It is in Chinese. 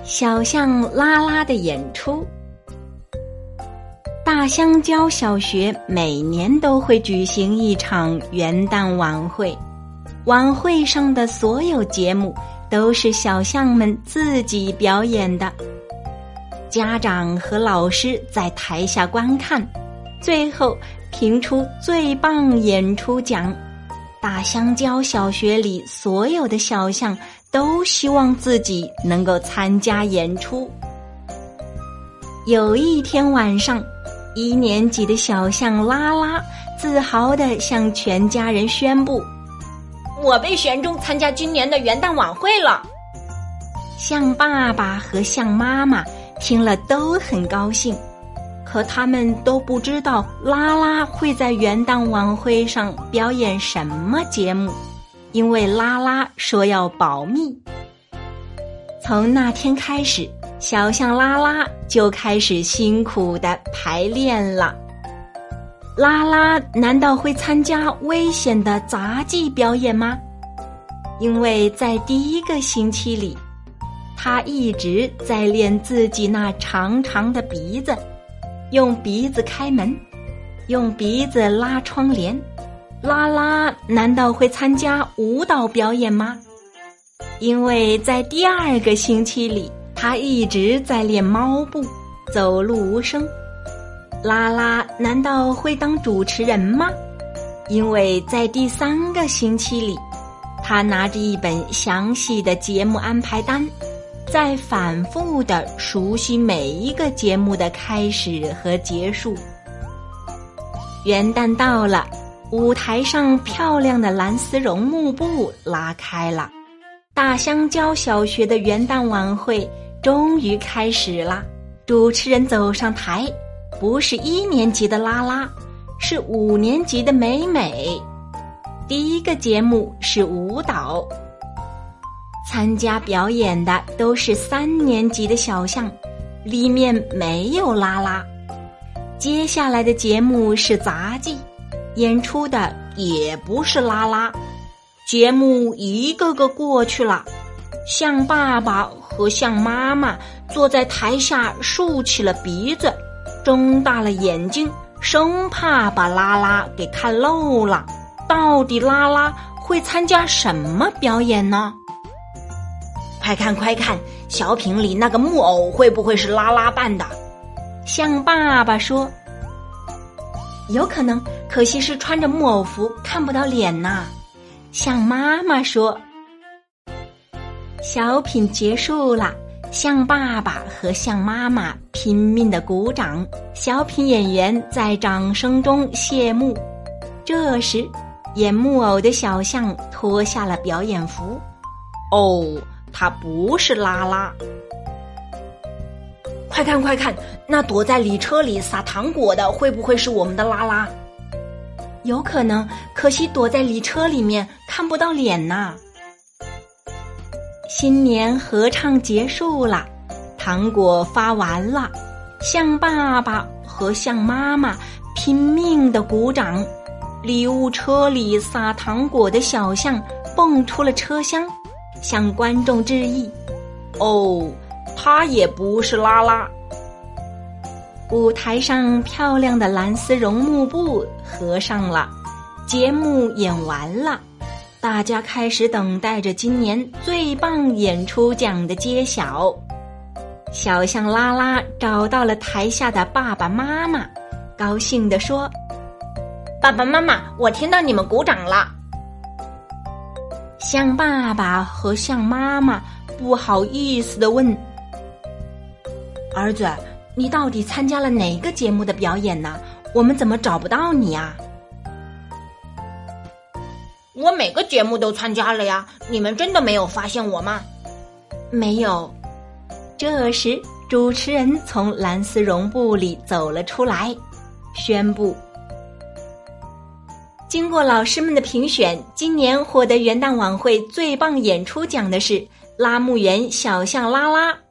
小象拉拉的演出。大香蕉小学每年都会举行一场元旦晚会，晚会上的所有节目都是小象们自己表演的。家长和老师在台下观看，最后评出最棒演出奖。大香蕉小学里所有的小象都希望自己能够参加演出。有一天晚上，1年级的小象拉拉自豪地向全家人宣布： 我被选中参加今年的元旦晚会了。 象爸爸和象妈妈听了都很高兴，可他们都不知道拉拉会在元旦晚会上表演什么节目，因为拉拉说要保密。从那天开始，小象拉拉就开始辛苦地排练了。拉拉难道会参加危险的杂技表演吗？因为在第1个星期里，他一直在练自己那长长的鼻子，用鼻子开门，用鼻子拉窗帘。拉拉难道会参加舞蹈表演吗？因为在第2个星期里，他一直在练猫步，走路无声。拉拉难道会当主持人吗？因为在第3个星期里，他拿着一本详细的节目安排单，在反复地熟悉每一个节目的开始和结束。元旦到了，舞台上漂亮的蓝丝绒幕布拉开了，大香蕉小学的元旦晚会终于开始了。主持人走上台，不是1年级的拉拉，是5年级的美美。第1个节目是舞蹈，参加表演的都是3年级的小象，里面没有拉拉。接下来的节目是杂技，演出的也不是拉拉。节目一个个过去了，象爸爸和象妈妈坐在台下竖起了鼻子，睁大了眼睛，生怕把拉拉给看漏了。到底拉拉会参加什么表演呢？ 快看快看，小品里那个木偶会不会是拉拉扮的？ 象爸爸说：有可能，可惜是穿着木偶服，看不到脸呐。象妈妈说。小品结束了，象爸爸和象妈妈拼命地鼓掌，小品演员在掌声中谢幕。这时，演木偶的小象脱下了表演服。哦，他不是拉拉。 快看快看，那躲在礼车里撒糖果的会不会是我们的拉拉？ 有可能，可惜躲在礼车里面看不到脸呐。新年合唱结束了，糖果发完了，象爸爸和象妈妈拼命地鼓掌。礼物车里撒糖果的小象蹦出了车厢，向观众致意。 哦，他也不是拉拉。 舞台上漂亮的蓝丝绒幕布合上了，节目演完了，大家开始等待着今年最棒演出奖的揭晓。小象拉拉找到了台下的爸爸妈妈，高兴地说： 爸爸妈妈，我听到你们鼓掌了。 象爸爸和象妈妈不好意思地问：儿子，你到底参加了哪个节目的表演呢？我们怎么找不到你啊？ 我每个节目都参加了呀，你们真的没有发现我吗？ 没有。这时，主持人从蓝丝绒布里走了出来，宣布：经过老师们的评选，今年获得元旦晚会最棒演出奖的是拉木园小象拉拉。